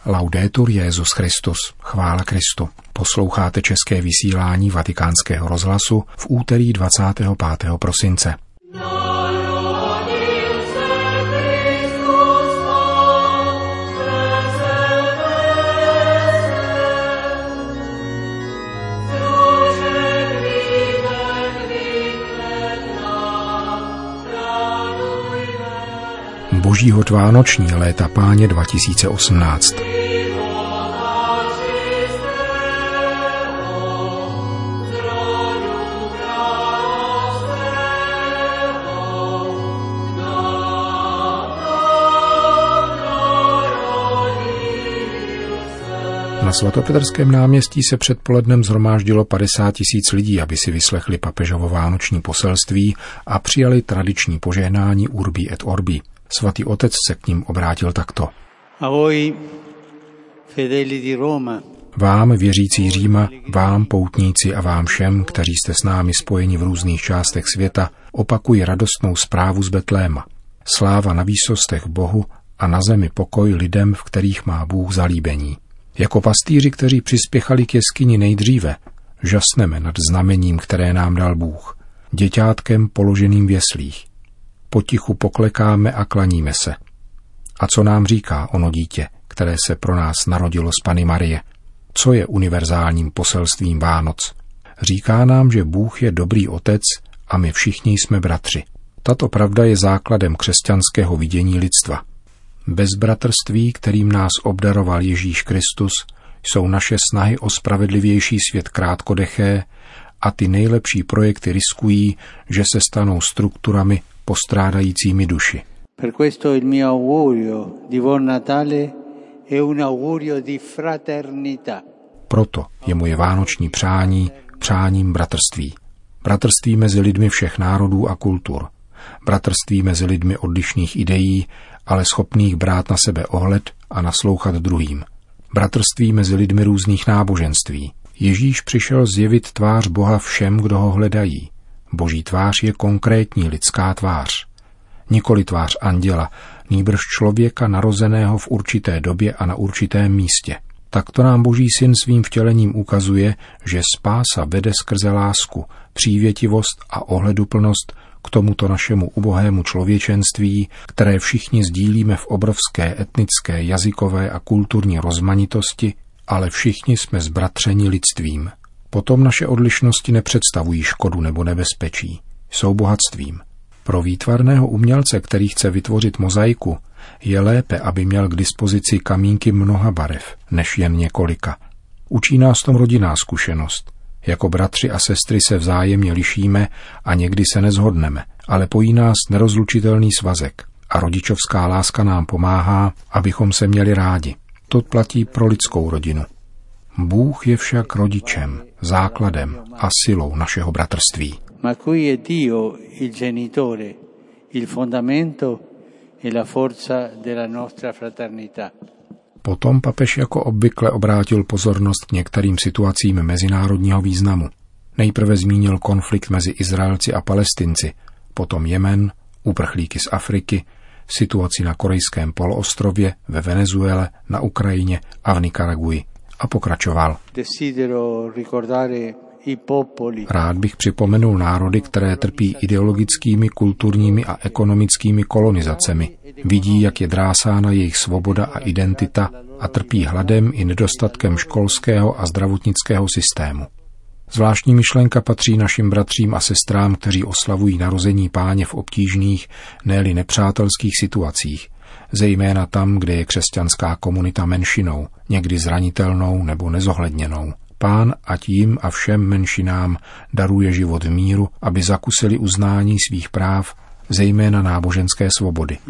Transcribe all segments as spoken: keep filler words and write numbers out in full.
Laudetur Jesus Christus, chvála Kristu. Posloucháte české vysílání Vatikánského rozhlasu v úterý dvacátého pátého prosince. Boží hod vánoční léta Páně dva tisíce osmnáct. Na svatopetrském náměstí se předpolednem shromáždilo padesát tisíc lidí, aby si vyslechli papežovo vánoční poselství a přijali tradiční požehnání Urbi et Orbi. Svatý otec se k ním obrátil takto. A voi, fedeli di Roma. Vám, věřící Říma, vám, poutníci a vám všem, kteří jste s námi spojeni v různých částech světa, opakuji radostnou zprávu z Betléma. Sláva na výsostech Bohu a na zemi pokoj lidem, v kterých má Bůh zalíbení. Jako pastýři, kteří přispěchali k jeskyni nejdříve, žasneme nad znamením, které nám dal Bůh, děťátkem položeným v jeslích. Potichu poklekáme a klaníme se. A co nám říká ono dítě, které se pro nás narodilo z Panny Marie? Co je univerzálním poselstvím Vánoc? Říká nám, že Bůh je dobrý otec a my všichni jsme bratři. Tato pravda je základem křesťanského vidění lidstva. Bez bratrství, kterým nás obdaroval Ježíš Kristus, jsou naše snahy o spravedlivější svět krátkodeché a ty nejlepší projekty riskují, že se stanou strukturami postrádajícími duši. Per questo il mio augurio di buon Natale è un augurio di fraternità. Proto je moje vánoční přání přáním bratrství. Bratrství mezi lidmi všech národů a kultur. Bratrství mezi lidmi odlišných ideí, ale schopných brát na sebe ohled a naslouchat druhým. Bratrství mezi lidmi různých náboženství. Ježíš přišel zjevit tvář Boha všem, kdo ho hledají. Boží tvář je konkrétní lidská tvář. Nikoli tvář anděla, nýbrž člověka narozeného v určité době a na určitém místě. Takto nám Boží syn svým vtělením ukazuje, že spása vede skrze lásku, přívětivost a ohleduplnost k tomuto našemu ubohému člověčenství, které všichni sdílíme v obrovské etnické, jazykové a kulturní rozmanitosti, ale všichni jsme zbratřeni lidstvím. Potom naše odlišnosti nepředstavují škodu nebo nebezpečí, jsou bohatstvím. Pro výtvarného umělce, který chce vytvořit mozaiku, je lépe, aby měl k dispozici kamínky mnoha barev, než jen několika. Učí nás tom rodinná zkušenost. Jako bratři a sestry se vzájemně lišíme a někdy se nezhodneme, ale pojí nás nerozlučitelný svazek a rodičovská láska nám pomáhá, abychom se měli rádi. To platí pro lidskou rodinu. Bůh je však rodičem, základem a silou našeho bratrství. Ma qui è Dio il genitore, il fondamento e la forza della nostra fraternità. Potom papež jako obvykle obrátil pozornost k některým situacím mezinárodního významu. Nejprve zmínil konflikt mezi Izraelci a Palestinci, potom Jemen, uprchlíky z Afriky, situaci na korejském poloostrově, ve Venezuele, na Ukrajině a v Nikaraguji. A pokračoval. Rád bych připomenul národy, které trpí ideologickými, kulturními a ekonomickými kolonizacemi. Vidí, jak je drásána jejich svoboda a identita a trpí hladem i nedostatkem školského a zdravotnického systému. Zvláštní myšlenka patří našim bratřím a sestrám, kteří oslavují narození Páně v obtížných, ne-li nepřátelských situacích, zejména tam, kde je křesťanská komunita menšinou, někdy zranitelnou nebo nezohledněnou. Pán ať jim a všem menšinám daruje život v míru, aby zakusili uznání svých práv, zejména náboženské svobody.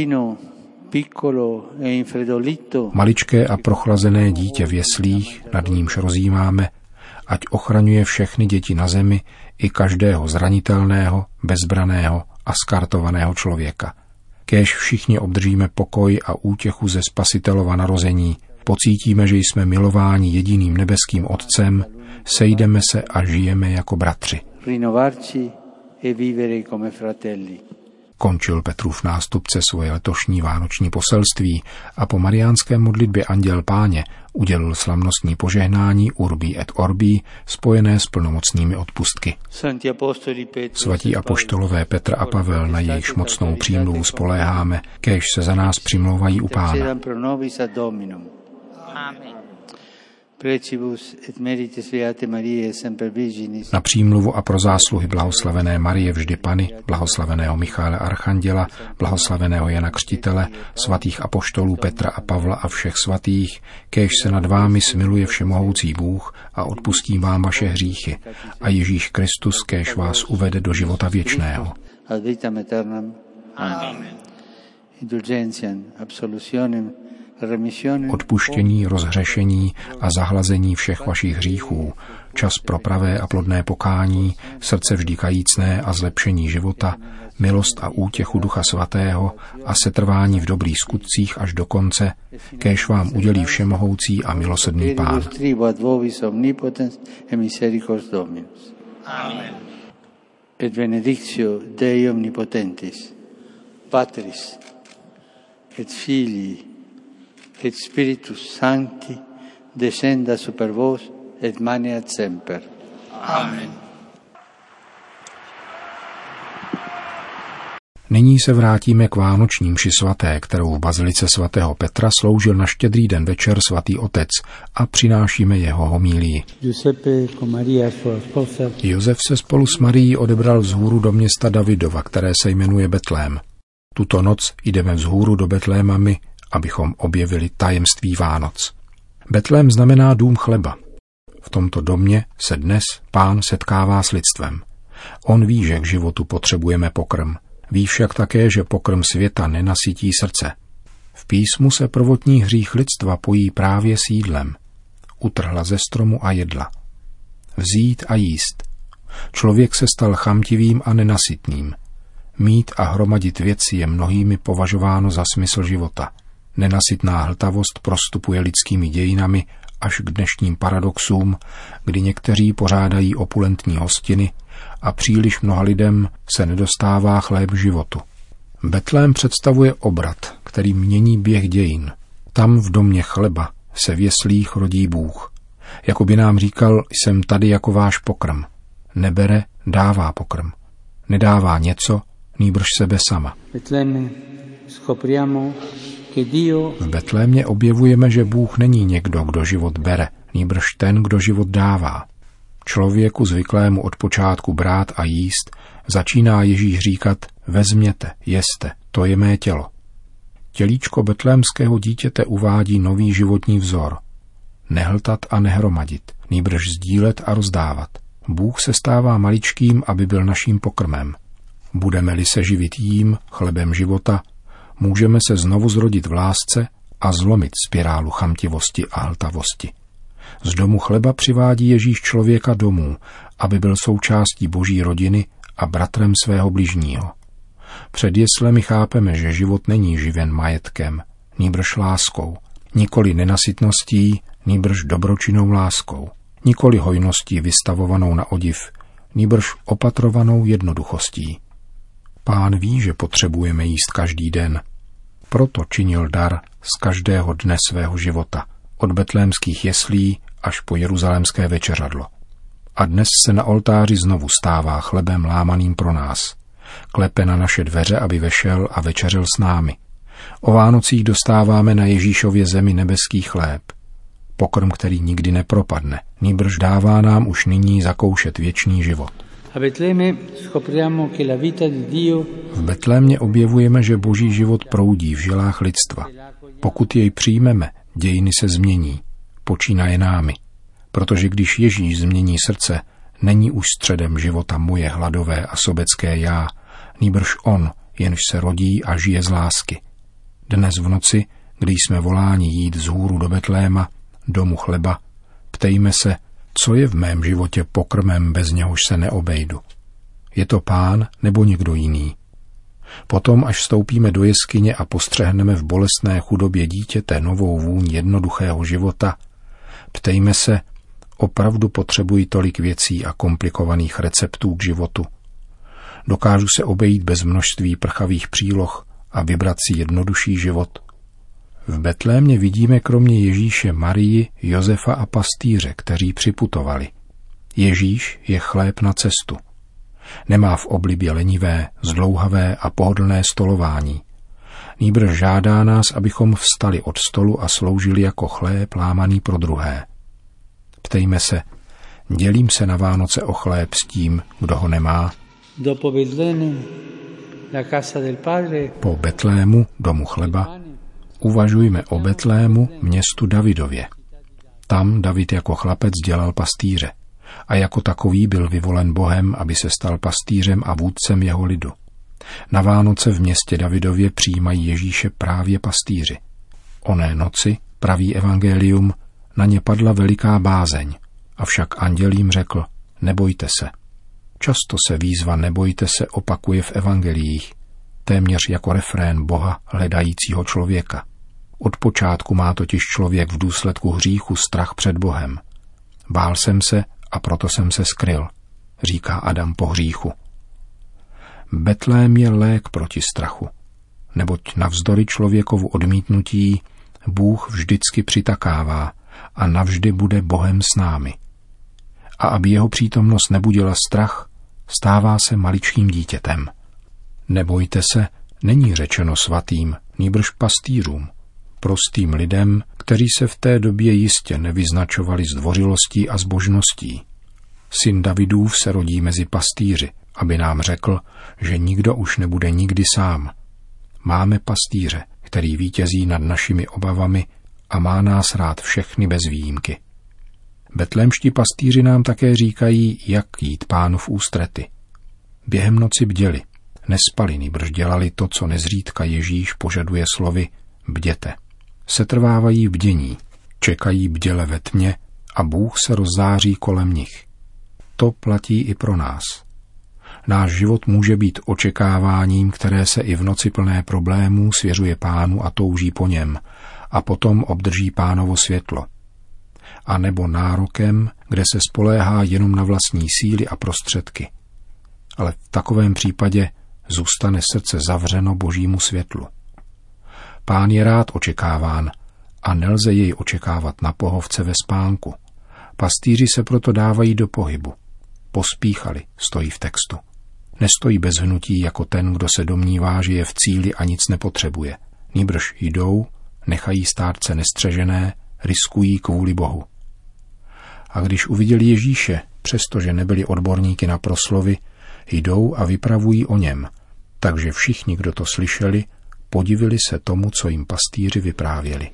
Maličké a prochlazené dítě v jeslích, nad nímž rozjímáme, ať ochraňuje všechny děti na zemi i každého zranitelného, bezbraného a skartovaného člověka. Kéž všichni obdržíme pokoj a útěchu ze Spasitelova narození, pocítíme, že jsme milováni jediným nebeským Otcem, sejdeme se a žijeme jako bratři. Končil Petrův nástupce svoje letošní vánoční poselství a po mariánské modlitbě Anděl Páně udělil slavnostní požehnání Urbi et Orbi spojené s plnomocnými odpustky. Svatí apoštolové Petr a Pavel, na jejichž mocnou přímluvu spoléháme, kéž se za nás přimlouvají u Pána. Na přímluvu a pro zásluhy blahoslavené Marie vždy Panny, blahoslaveného Michaela Archanděla, blahoslaveného Jana Křtitele, svatých apoštolů Petra a Pavla a všech svatých, kéž se nad vámi smiluje všemohoucí Bůh a odpustí vám vaše hříchy, a Ježíš Kristus kéž vás uvede do života věčného. Odpuštění, rozhřešení a zahlazení všech vašich hříchů, čas pro pravé a plodné pokání, srdce vždy kajícné a zlepšení života, milost a útěchu Ducha Svatého a setrvání v dobrých skutcích až do konce, kéž vám udělí všemohoucí a milosrdný Pán. Et benedictio Dei omnipotentis, Patris et Filii et Spiritus Sancti descenda super vos et maneat semper. Amen. Nyní se vrátíme k vánoční mši svaté, kterou v bazilice svatého Petra sloužil na Štědrý den večer svatý otec, a přinášíme jeho homílii. Josef se spolu s Marií odebral vzhůru do města Davidova, které se jmenuje Betlém. Tuto noc jdeme vzhůru do Betléma my, abychom objevili tajemství Vánoc. Betlém znamená dům chleba. V tomto domě se dnes Pán setkává s lidstvem. On ví, že k životu potřebujeme pokrm. Ví však také, že pokrm světa nenasytí srdce. V písmu se prvotní hřích lidstva pojí právě s jídlem. Utrhla ze stromu a jedla. Vzít a jíst. Člověk se stal chamtivým a nenasytným. Mít a hromadit věci je mnohými považováno za smysl života. Nenasytná hltavost prostupuje lidskými dějinami až k dnešním paradoxům, kdy někteří pořádají opulentní hostiny a příliš mnoha lidem se nedostává chléb životu. Betlém představuje obrat, který mění běh dějin. Tam v domě chleba se v jeslích rodí Bůh. Jako by nám říkal, jsem tady jako váš pokrm. Nebere, dává pokrm. Nedává něco, nýbrž sebe sama. V Betlémě objevujeme, že Bůh není někdo, kdo život bere, nýbrž ten, kdo život dává. Člověku zvyklému od počátku brát a jíst začíná Ježíš říkat: vezměte, jeste, to je mé tělo. Tělíčko betlémského dítěte uvádí nový životní vzor. Nehltat a nehromadit, nýbrž sdílet a rozdávat. Bůh se stává maličkým, aby byl naším pokrmem. Budeme-li se živit jím, chlebem života, můžeme se znovu zrodit v lásce a zlomit spirálu chamtivosti a hltavosti. Z domu chleba přivádí Ježíš člověka domů, aby byl součástí Boží rodiny a bratrem svého bližního. Před jeslemi chápeme, že život není živen majetkem, nýbrž láskou, nikoli nenasytností, nýbrž dobročinnou láskou, nikoli hojností vystavovanou na odiv, nýbrž opatrovanou jednoduchostí. Pán ví, že potřebujeme jíst každý den. Proto činil dar z každého dne svého života, od betlémských jeslí až po jeruzalémské večeřadlo. A dnes se na oltáři znovu stává chlebem lámaným pro nás. Klepe na naše dveře, aby vešel a večeřil s námi. O Vánocích dostáváme na Ježíšově zemi nebeský chléb. Pokrm, který nikdy nepropadne, nýbrž dává nám už nyní zakoušet věčný život. V Betlémě objevujeme, že Boží život proudí v žilách lidstva. Pokud jej přijmeme, dějiny se změní, počínaje námi. Protože když Ježíš změní srdce, není už středem života moje hladové a sobecké já, nýbrž on, jenž se rodí a žije z lásky. Dnes v noci, kdy jsme voláni jít vzhůru do Betléma, domu chleba, ptejme se, co je v mém životě pokrmem, bez něhož se neobejdu. Je to Pán nebo někdo jiný? Potom, až vstoupíme do jeskyně a postřehneme v bolestné chudobě dítěte novou vůň jednoduchého života, ptejme se, opravdu potřebují tolik věcí a komplikovaných receptů k životu? Dokážu se obejít bez množství prchavých příloh a vybrat si jednodušší život. V Betlémě vidíme kromě Ježíše Marii, Josefa a pastýře, kteří připutovali. Ježíš je chléb na cestu. Nemá v oblibě lenivé, zdlouhavé a pohodlné stolování. Nýbrž žádá nás, abychom vstali od stolu a sloužili jako chléb lámaný pro druhé. Ptejme se, dělím se na Vánoce o chléb s tím, kdo ho nemá? Po Betlému, domu chleba, uvažujme o Betlému, městu Davidově. Tam David jako chlapec dělal pastýře a jako takový byl vyvolen Bohem, aby se stal pastýřem a vůdcem jeho lidu. Na Vánoce v městě Davidově přijímají Ježíše právě pastýři. Oné noci, praví evangelium, na ně padla veliká bázeň, avšak anděl jim řekl, nebojte se. Často se výzva nebojte se opakuje v evangeliích, téměř jako refrén Boha hledajícího člověka. Od počátku má totiž člověk v důsledku hříchu strach před Bohem. Bál jsem se a proto jsem se skryl, říká Adam po hříchu. Betlém je lék proti strachu, neboť navzdory člověkovu odmítnutí Bůh vždycky přitakává a navždy bude Bohem s námi. A aby jeho přítomnost nebudila strach, stává se maličkým dítětem. Nebojte se, není řečeno svatým, nýbrž pastýřům, prostým lidem, kteří se v té době jistě nevyznačovali zdvořilostí a zbožností. Syn Davidův se rodí mezi pastýři, aby nám řekl, že nikdo už nebude nikdy sám. Máme pastýře, který vítězí nad našimi obavami a má nás rád všechny bez výjimky. Betlémští pastýři nám také říkají, jak jít Pánu v ústrety. Během noci bděli, nespali, nýbrž dělali to, co nezřídka Ježíš požaduje slovy bděte. Setrvávají v bdění, čekají bděle ve tmě a Bůh se rozzáří kolem nich. To platí i pro nás. Náš život může být očekáváním, které se i v noci plné problémů svěřuje Pánu a touží po něm a potom obdrží Pánovo světlo. A nebo nárokem, kde se spoléhá jenom na vlastní síly a prostředky. Ale v takovém případě zůstane srdce zavřeno Božímu světlu. Pán je rád očekáván a nelze jej očekávat na pohovce ve spánku. Pastýři se proto dávají do pohybu. Pospíchali, stojí v textu. Nestojí bez hnutí jako ten, kdo se domnívá, že je v cíli a nic nepotřebuje. Nýbrž jdou, nechají stárce nestřežené, riskují kvůli Bohu. A když uviděli Ježíše, přestože nebyli odborníky na proslovy, jdou a vypravují o něm. Takže všichni, kdo to slyšeli, podivili se tomu, co jim pastýři vyprávěli.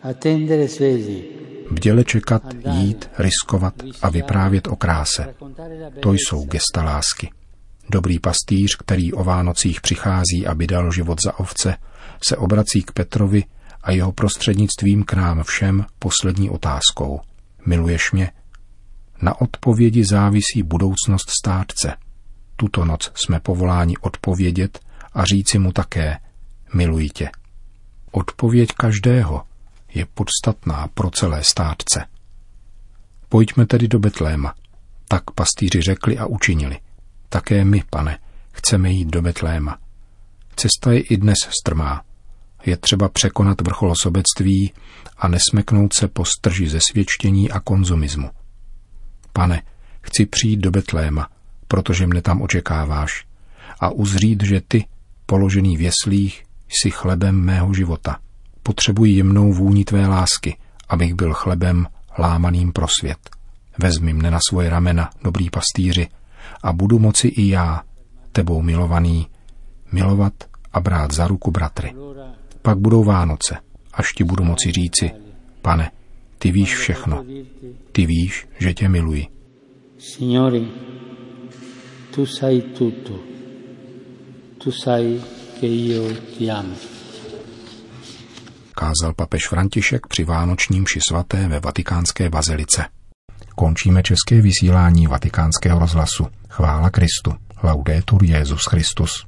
Bděle čekat, jít, riskovat a vyprávět o kráse. To jsou gesta lásky. Dobrý pastýř, který o Vánocích přichází, aby dal život za ovce, se obrací k Petrovi a jeho prostřednictvím k nám všem poslední otázkou. Miluješ mě? Na odpovědi závisí budoucnost státce. Tuto noc jsme povoláni odpovědět a říci mu také miluji tě. Odpověď každého je podstatná pro celé státce. Pojďme tedy do Betléma. Tak pastýři řekli a učinili. Také my, Pane, chceme jít do Betléma. Cesta je i dnes strmá. Je třeba překonat vrchol sobectví a nesmeknout se po strži zesvědčení a konzumismu. Pane, chci přijít do Betléma, protože mne tam očekáváš, a uzřít, že ty, položený v jeslích, jsi chlebem mého života. Potřebuji jemnou vůni tvé lásky, abych byl chlebem lámaným pro svět. Vezmi mne na svoje ramena, dobrý pastýři, a budu moci i já, tebou milovaný, milovat a brát za ruku bratry. Pak budou Vánoce, až ti budu moci říci, Pane, ty víš všechno, ty víš, že tě miluji. Signore, tu sai tutto, tu sai che io ti amo. Kázal papež František při vánoční mši svaté ve vatikánské bazilice. Končíme české vysílání Vatikánského rozhlasu. Chvála Kristu. Laudetur Jesus Christus.